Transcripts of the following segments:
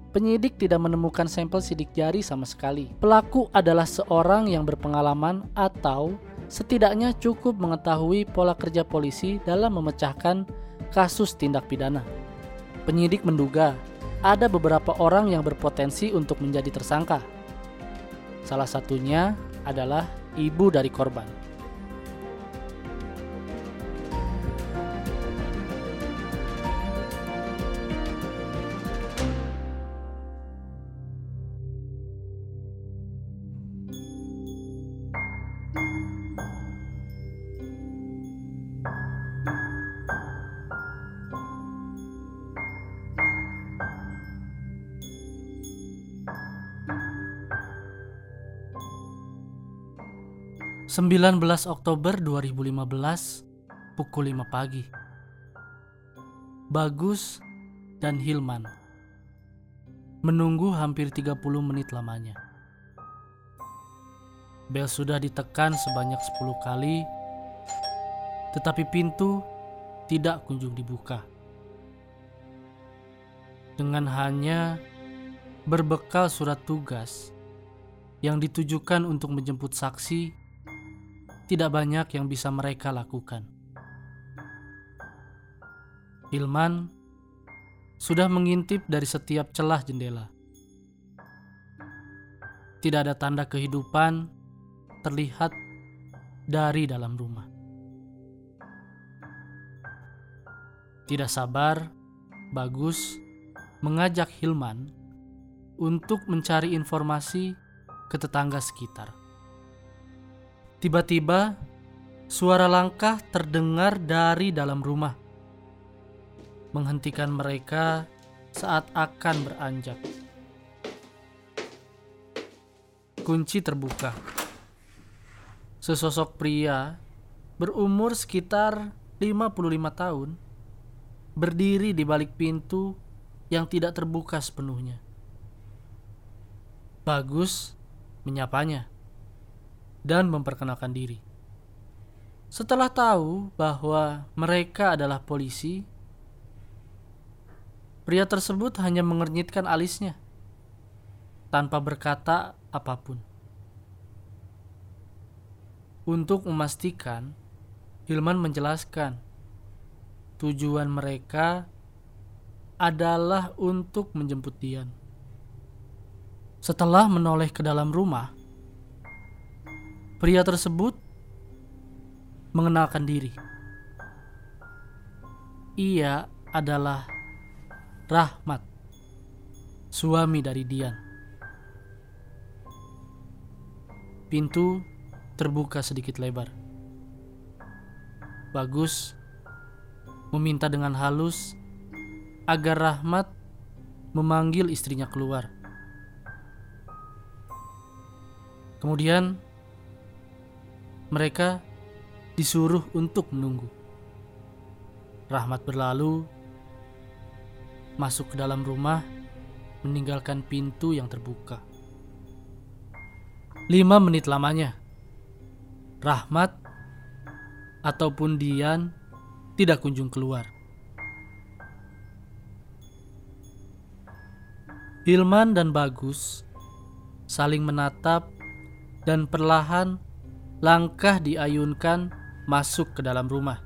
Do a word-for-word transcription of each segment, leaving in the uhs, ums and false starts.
Penyidik tidak menemukan sampel sidik jari sama sekali. Pelaku adalah seorang yang berpengalaman atau setidaknya cukup mengetahui pola kerja polisi dalam memecahkan kasus tindak pidana. Penyidik menduga ada beberapa orang yang berpotensi untuk menjadi tersangka. Salah satunya adalah ibu dari korban. sembilan belas Oktober dua ribu lima belas, pukul lima pagi. Bagus dan Hilman menunggu hampir tiga puluh menit lamanya. Bel sudah ditekan sebanyak sepuluh kali, tetapi pintu tidak kunjung dibuka. Dengan hanya berbekal surat tugas yang ditujukan untuk menjemput saksi, tidak banyak yang bisa mereka lakukan. Hilman sudah mengintip dari setiap celah jendela. Tidak ada tanda kehidupan terlihat dari dalam rumah. Tidak sabar, Bagus mengajak Hilman untuk mencari informasi ke tetangga sekitar. Tiba-tiba, suara langkah terdengar dari dalam rumah, menghentikan mereka saat akan beranjak. Kunci terbuka. Sesosok pria berumur sekitar lima puluh lima tahun berdiri di balik pintu yang tidak terbuka sepenuhnya. Bagus menyapanya dan memperkenalkan diri. Setelah tahu bahwa mereka adalah polisi, pria tersebut hanya mengernyitkan alisnya tanpa berkata apapun. Untuk memastikan, Hilman menjelaskan tujuan mereka adalah untuk menjemput Dian. Setelah menoleh ke dalam rumah, pria tersebut mengenalkan diri. Ia adalah Rahmat, suami dari Dian. Pintu terbuka sedikit lebar. Bagus meminta dengan halus agar Rahmat memanggil istrinya keluar. Kemudian mereka disuruh untuk menunggu. Rahmat berlalu, masuk ke dalam rumah, meninggalkan pintu yang terbuka. Lima menit lamanya, Rahmat ataupun Dian tidak kunjung keluar. Hilman dan Bagus saling menatap dan perlahan langkah diayunkan masuk ke dalam rumah.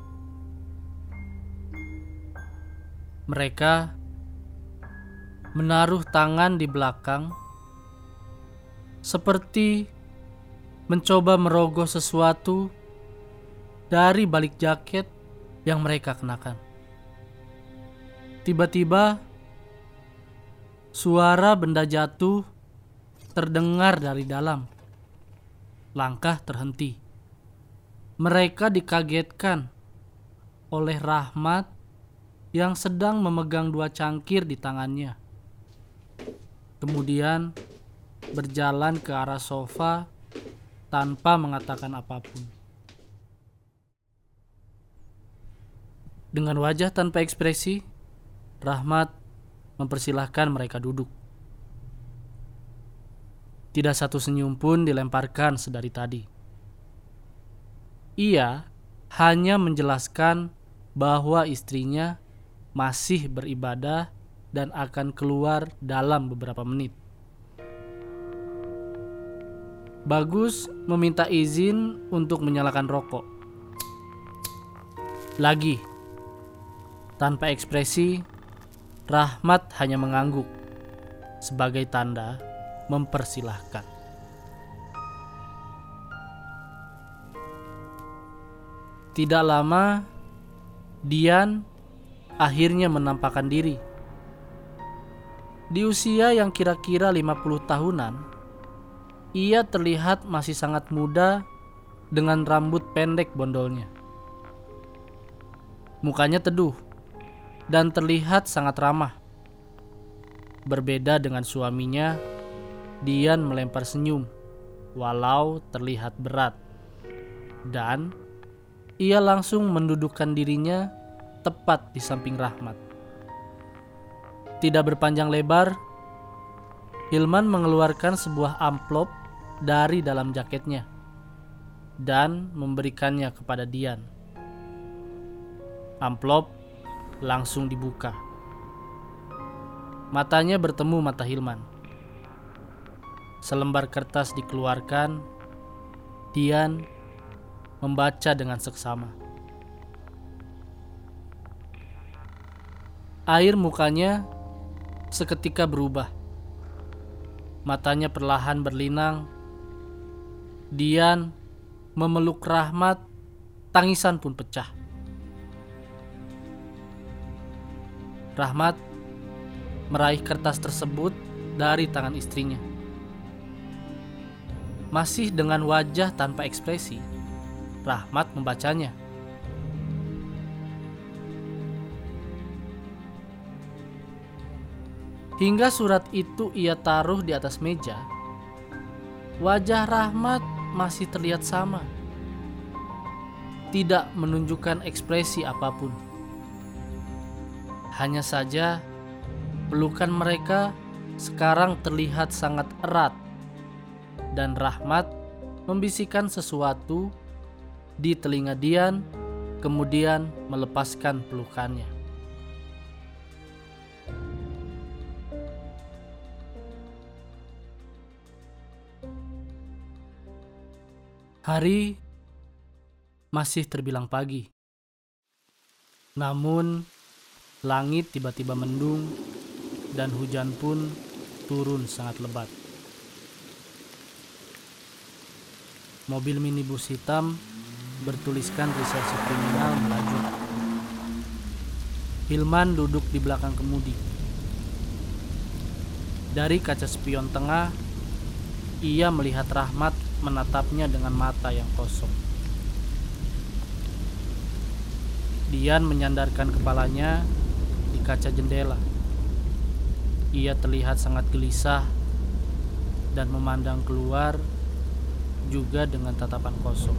Mereka menaruh tangan di belakang seperti mencoba merogoh sesuatu dari balik jaket yang mereka kenakan. Tiba-tiba suara benda jatuh terdengar dari dalam. Langkah terhenti. Mereka dikagetkan oleh Rahmat yang sedang memegang dua cangkir di tangannya. Kemudian berjalan ke arah sofa tanpa mengatakan apapun. Dengan wajah tanpa ekspresi, Rahmat mempersilahkan mereka duduk. Tidak satu senyum pun dilemparkan sedari tadi. Ia hanya menjelaskan bahwa istrinya masih beribadah dan akan keluar dalam beberapa menit. Bagus meminta izin untuk menyalakan rokok. Lagi, tanpa ekspresi, Rahmat hanya mengangguk sebagai tanda mempersilahkan. Tidak lama, Dian akhirnya menampakkan diri. Di usia yang kira-kira lima puluh tahunan, ia terlihat masih sangat muda dengan rambut pendek bondolnya. Mukanya teduh dan terlihat sangat ramah. Berbeda dengan suaminya, Dian melempar senyum walau terlihat berat. Dan ia langsung mendudukkan dirinya tepat di samping Rahmat. Tidak berpanjang lebar, Hilman mengeluarkan sebuah amplop dari dalam jaketnya dan memberikannya kepada Dian. Amplop langsung dibuka. Matanya bertemu mata Hilman. Selembar kertas dikeluarkan. Dian membaca dengan seksama. Air mukanya seketika berubah. Matanya perlahan berlinang. Dian memeluk Rahmat, tangisan pun pecah. Rahmat meraih kertas tersebut dari tangan istrinya. Masih dengan wajah tanpa ekspresi, Rahmat membacanya. Hingga surat itu ia taruh di atas meja, wajah Rahmat masih terlihat sama. Tidak menunjukkan ekspresi apapun. Hanya saja pelukan mereka sekarang terlihat sangat erat, dan Rahmat membisikkan sesuatu di telinga Dian, kemudian melepaskan pelukannya. Hari masih terbilang pagi. Namun, langit tiba-tiba mendung dan hujan pun turun sangat lebat. Mobil minibus hitam bertuliskan reserse kriminal melaju. Hilman duduk di belakang kemudi. Dari kaca spion tengah, ia melihat Rahmat menatapnya dengan mata yang kosong. Dian menyandarkan kepalanya di kaca jendela. Ia terlihat sangat gelisah dan memandang keluar juga dengan tatapan kosong.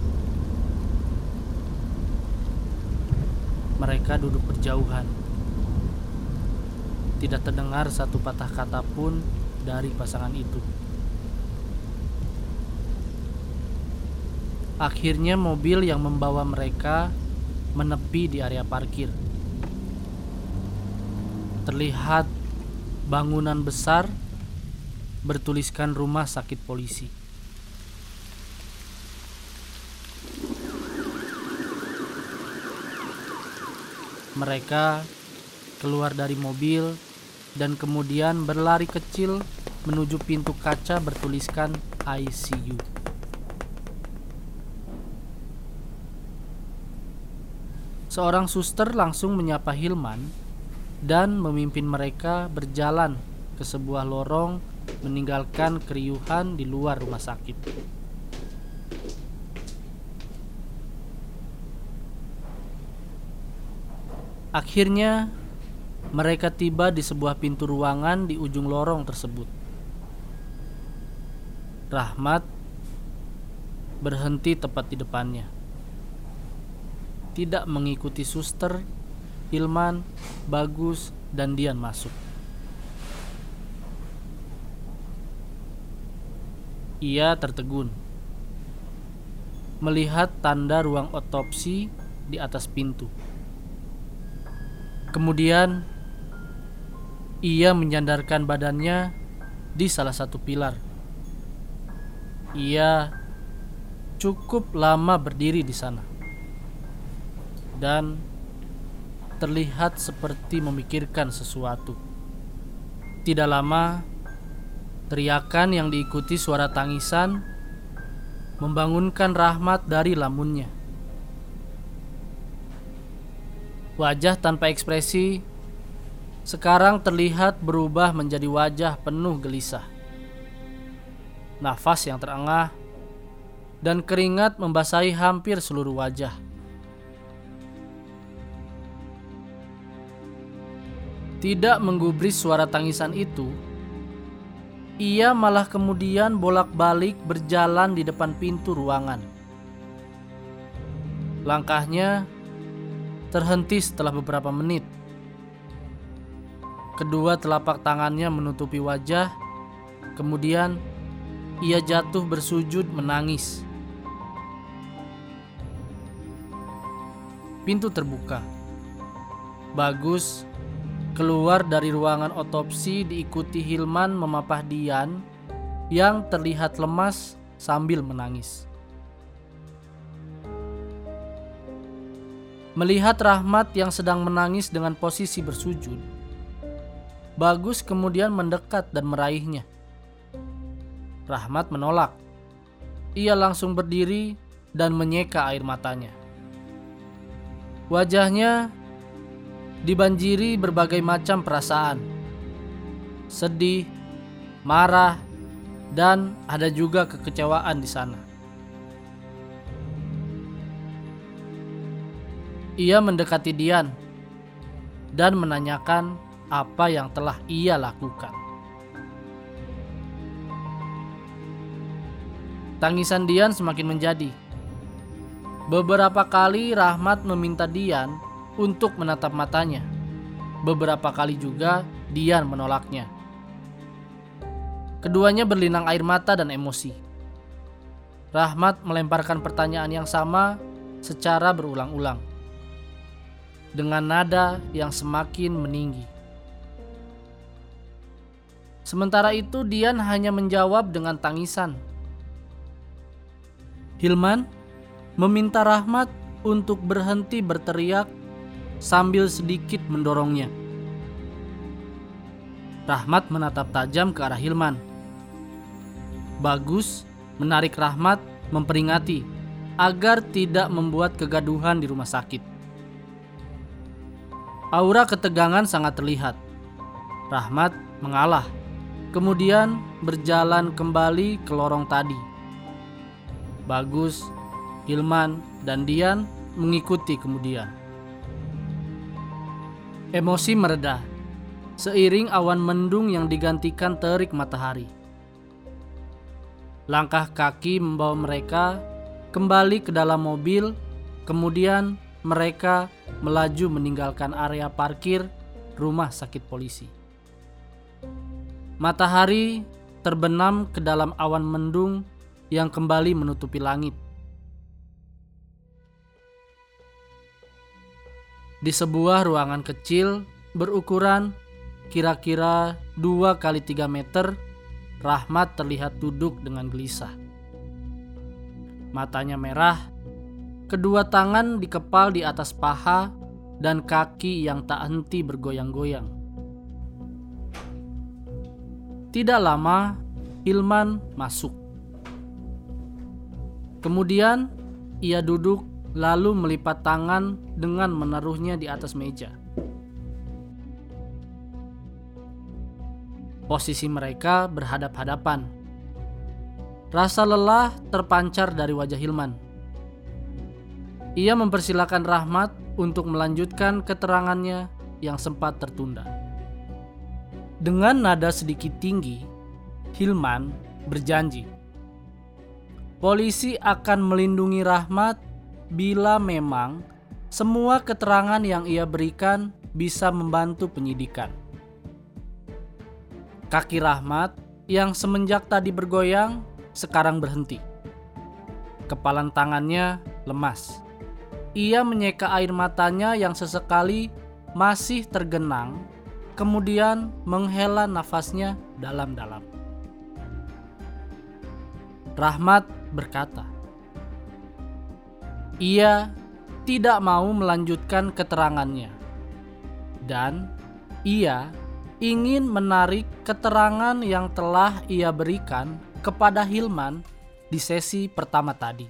Mereka duduk berjauhan. Tidak terdengar satu patah kata pun dari pasangan itu. Akhirnya mobil yang membawa mereka menepi di area parkir. Terlihat bangunan besar bertuliskan rumah sakit polisi. Mereka keluar dari mobil dan kemudian berlari kecil menuju pintu kaca bertuliskan I C U. Seorang suster langsung menyapa Hilman dan memimpin mereka berjalan ke sebuah lorong meninggalkan keriuhan di luar rumah sakit. Akhirnya, mereka tiba di sebuah pintu ruangan di ujung lorong tersebut. Rahmat berhenti tepat di depannya. Tidak mengikuti suster, Hilman, Bagus, dan Dian masuk. Ia tertegun melihat tanda ruang otopsi di atas pintu. Kemudian Ia menyandarkan badannya di salah satu pilar. Ia cukup lama berdiri di sana dan terlihat seperti memikirkan sesuatu. Tidak lama, teriakan yang diikuti suara tangisan membangunkan Rahmat dari lamunnya. Wajah tanpa ekspresi sekarang terlihat berubah menjadi wajah penuh gelisah. Nafas yang terengah dan keringat membasahi hampir seluruh wajah. Tidak menggubris suara tangisan itu, ia malah kemudian bolak-balik berjalan di depan pintu ruangan. Langkahnya terhenti setelah beberapa menit. Kedua telapak tangannya menutupi wajah, kemudian ia jatuh bersujud menangis. Pintu terbuka. Bagus keluar dari ruangan otopsi diikuti Hilman memapah Dian yang terlihat lemas sambil menangis. Melihat Rahmat yang sedang menangis dengan posisi bersujud, Bagus kemudian mendekat dan meraihnya. Rahmat menolak. Ia langsung berdiri dan menyeka air matanya. Wajahnya dibanjiri berbagai macam perasaan. Sedih, marah, dan ada juga kekecewaan di sana. Ia mendekati Dian dan menanyakan apa yang telah ia lakukan. Tangisan Dian semakin menjadi. Beberapa kali Rahmat meminta Dian untuk menatap matanya. Beberapa kali juga Dian menolaknya. Keduanya berlinang air mata dan emosi. Rahmat melemparkan pertanyaan yang sama secara berulang-ulang, dengan nada yang semakin meninggi. Sementara itu Dian hanya menjawab dengan tangisan. Hilman meminta Rahmat untuk berhenti berteriak sambil sedikit mendorongnya. Rahmat menatap tajam ke arah Hilman. Bagus menarik Rahmat memperingati agar tidak membuat kegaduhan di rumah sakit. Aura ketegangan sangat terlihat. Rahmat mengalah, kemudian berjalan kembali ke lorong tadi. Bagus, Hilman, dan Dian mengikuti kemudian. Emosi mereda seiring awan mendung yang digantikan terik matahari. Langkah kaki membawa mereka kembali ke dalam mobil, kemudian mereka melaju meninggalkan area parkir rumah sakit polisi. Matahari terbenam ke dalam awan mendung yang kembali menutupi langit. Di sebuah ruangan kecil berukuran kira-kira dua kali tiga meter, Rahmat terlihat duduk dengan gelisah. Matanya merah, kedua tangan dikepal di atas paha dan kaki yang tak henti bergoyang-goyang. Tidak lama, Hilman masuk. Kemudian ia duduk lalu melipat tangan dengan menaruhnya di atas meja. Posisi mereka berhadap-hadapan. Rasa lelah terpancar dari wajah Hilman. Ia mempersilakan Rahmat untuk melanjutkan keterangannya yang sempat tertunda. Dengan nada sedikit tinggi, Hilman berjanji polisi akan melindungi Rahmat bila memang semua keterangan yang ia berikan bisa membantu penyidikan. Kaki Rahmat yang semenjak tadi bergoyang sekarang berhenti. Kepalan tangannya lemas. Ia menyeka air matanya yang sesekali masih tergenang kemudian menghela nafasnya dalam-dalam. Rahmat berkata, ia tidak mau melanjutkan keterangannya, dan ia ingin menarik keterangan yang telah ia berikan kepada Hilman di sesi pertama tadi.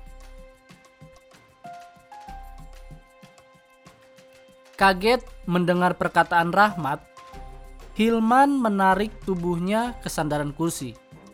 Kaget mendengar perkataan Rahmat, Hilman menarik tubuhnya ke sandaran kursi.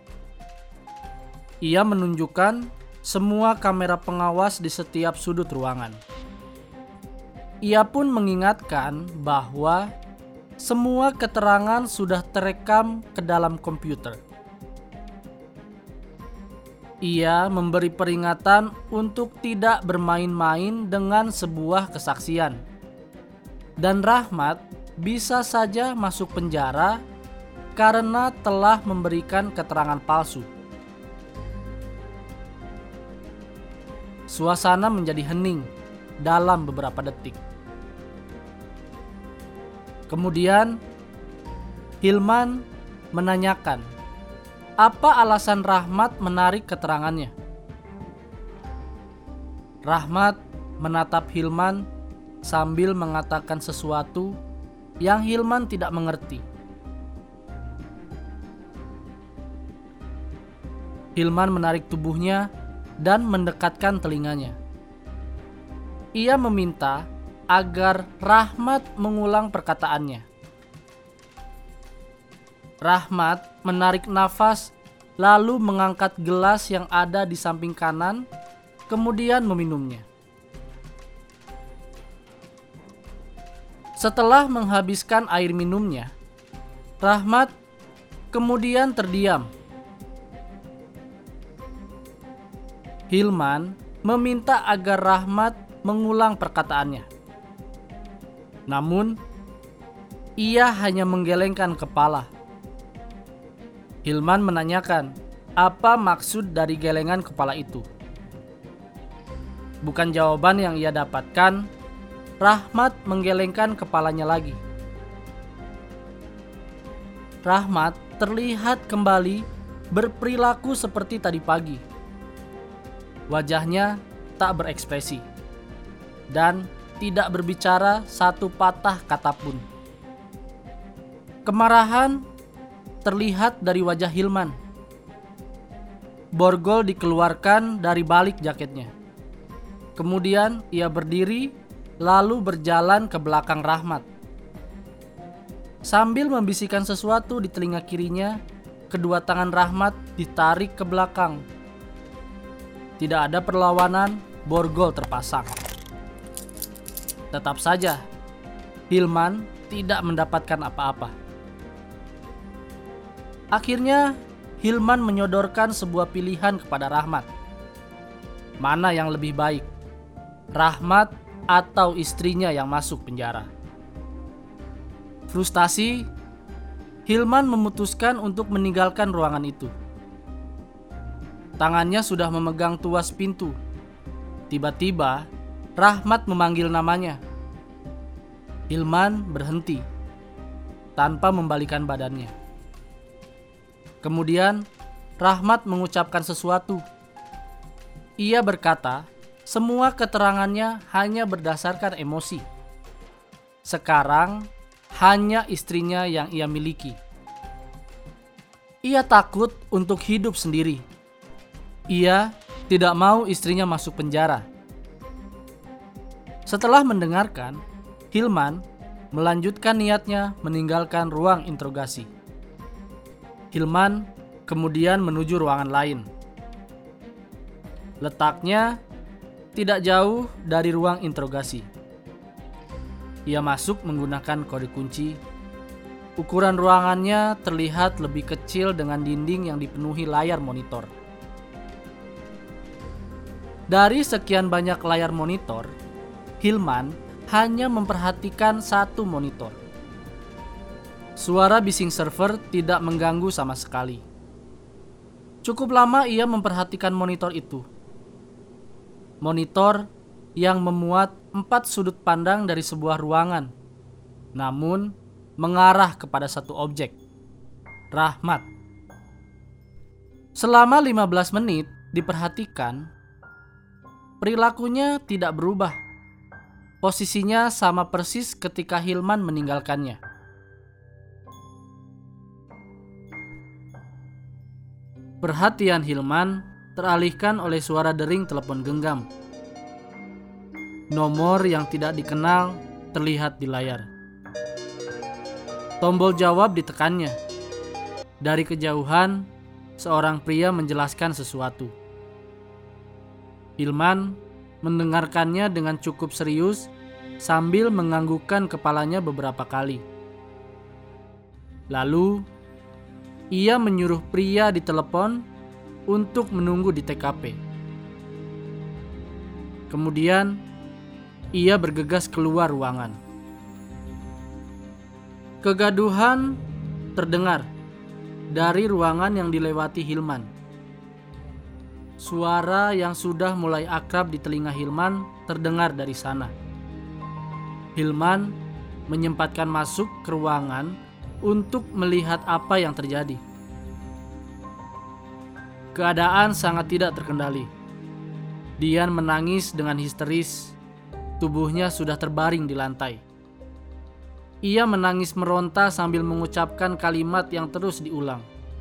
Ia menunjukkan semua kamera pengawas di setiap sudut ruangan. Ia pun mengingatkan bahwa semua keterangan sudah terekam ke dalam komputer. Ia memberi peringatan untuk tidak bermain-main dengan sebuah kesaksian. Dan Rahmat bisa saja masuk penjara karena telah memberikan keterangan palsu. Suasana menjadi hening dalam beberapa detik. Kemudian Hilman menanyakan, apa alasan Rahmat menarik keterangannya? Rahmat menatap Hilman sambil mengatakan sesuatu yang Hilman tidak mengerti. Hilman menarik tubuhnya dan mendekatkan telinganya. Ia meminta agar Rahmat mengulang perkataannya. Rahmat menarik nafas lalu mengangkat gelas yang ada di samping kanan, kemudian meminumnya. Setelah menghabiskan air minumnya, Rahmat kemudian terdiam. Hilman meminta agar Rahmat mengulang perkataannya. Namun, ia hanya menggelengkan kepala. Hilman menanyakan, apa maksud dari gelengan kepala itu? Bukan jawaban yang ia dapatkan, Rahmat menggelengkan kepalanya lagi. Rahmat terlihat kembali berperilaku seperti tadi pagi. Wajahnya tak berekspresi dan tidak berbicara satu patah kata pun. Kemarahan terlihat dari wajah Hilman. Borgol dikeluarkan dari balik jaketnya. Kemudian ia berdiri lalu berjalan ke belakang Rahmat. Sambil membisikkan sesuatu di telinga kirinya, kedua tangan Rahmat ditarik ke belakang. Tidak ada perlawanan, borgol terpasang. Tetap saja, Hilman tidak mendapatkan apa-apa. Akhirnya, Hilman menyodorkan sebuah pilihan kepada Rahmat. Mana yang lebih baik, Rahmat atau istrinya yang masuk penjara? Frustasi, Hilman memutuskan untuk meninggalkan ruangan itu. Tangannya sudah memegang tuas pintu. Tiba-tiba, Rahmat memanggil namanya. Hilman berhenti, tanpa membalikan badannya. Kemudian, Rahmat mengucapkan sesuatu. Ia berkata, semua keterangannya hanya berdasarkan emosi. Sekarang, hanya istrinya yang ia miliki. Ia takut untuk hidup sendiri. Ia tidak mau istrinya masuk penjara. Setelah mendengarkan, Hilman melanjutkan niatnya meninggalkan ruang interogasi. Hilman kemudian menuju ruangan lain. Letaknya tidak jauh dari ruang interogasi. Ia masuk menggunakan kode kunci. Ukuran ruangannya terlihat lebih kecil dengan dinding yang dipenuhi layar monitor. Dari sekian banyak layar monitor, Hilman hanya memperhatikan satu monitor. Suara bising server tidak mengganggu sama sekali. Cukup lama ia memperhatikan monitor itu. Monitor yang memuat empat sudut pandang dari sebuah ruangan. Namun, mengarah kepada satu objek, Rahmat. Selama lima belas menit diperhatikan, perilakunya tidak berubah. Posisinya sama persis ketika Hilman meninggalkannya. Perhatian Hilman teralihkan oleh suara dering telepon genggam. Nomor yang tidak dikenal terlihat di layar. Tombol jawab ditekannya. Dari kejauhan, seorang pria menjelaskan sesuatu. Hilman mendengarkannya dengan cukup serius sambil menganggukkan kepalanya beberapa kali. Lalu, ia menyuruh pria di telepon untuk menunggu di T K P. Kemudian, ia bergegas keluar ruangan. Kegaduhan terdengar dari ruangan yang dilewati Hilman. Suara yang sudah mulai akrab di telinga Hilman terdengar dari sana. Hilman menyempatkan masuk ke ruangan untuk melihat apa yang terjadi. Keadaan sangat tidak terkendali. Dian menangis dengan histeris. Tubuhnya sudah terbaring di lantai. Ia menangis meronta sambil mengucapkan kalimat yang terus diulang.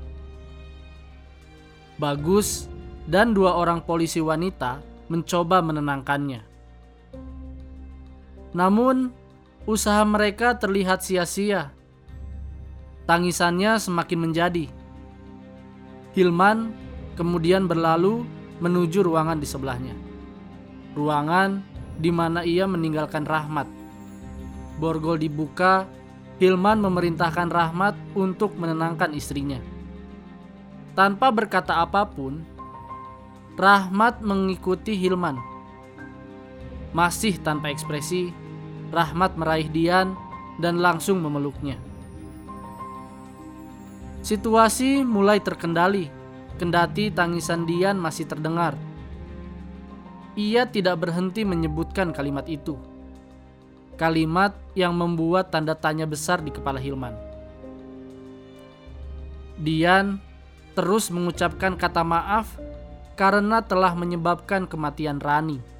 Bagus dan dua orang polisi wanita mencoba menenangkannya. Namun, usaha mereka terlihat sia-sia. Tangisannya semakin menjadi. Hilman kemudian berlalu menuju ruangan di sebelahnya. Ruangan di mana ia meninggalkan Rahmat. Borgol dibuka, Hilman memerintahkan Rahmat untuk menenangkan istrinya. Tanpa berkata apapun, Rahmat mengikuti Hilman. Masih tanpa ekspresi, Rahmat meraih Dian dan langsung memeluknya. Situasi mulai terkendali, kendati tangisan Dian masih terdengar. Ia tidak berhenti menyebutkan kalimat itu. Kalimat yang membuat tanda tanya besar di kepala Hilman. Dian terus mengucapkan kata maaf karena telah menyebabkan kematian Rani.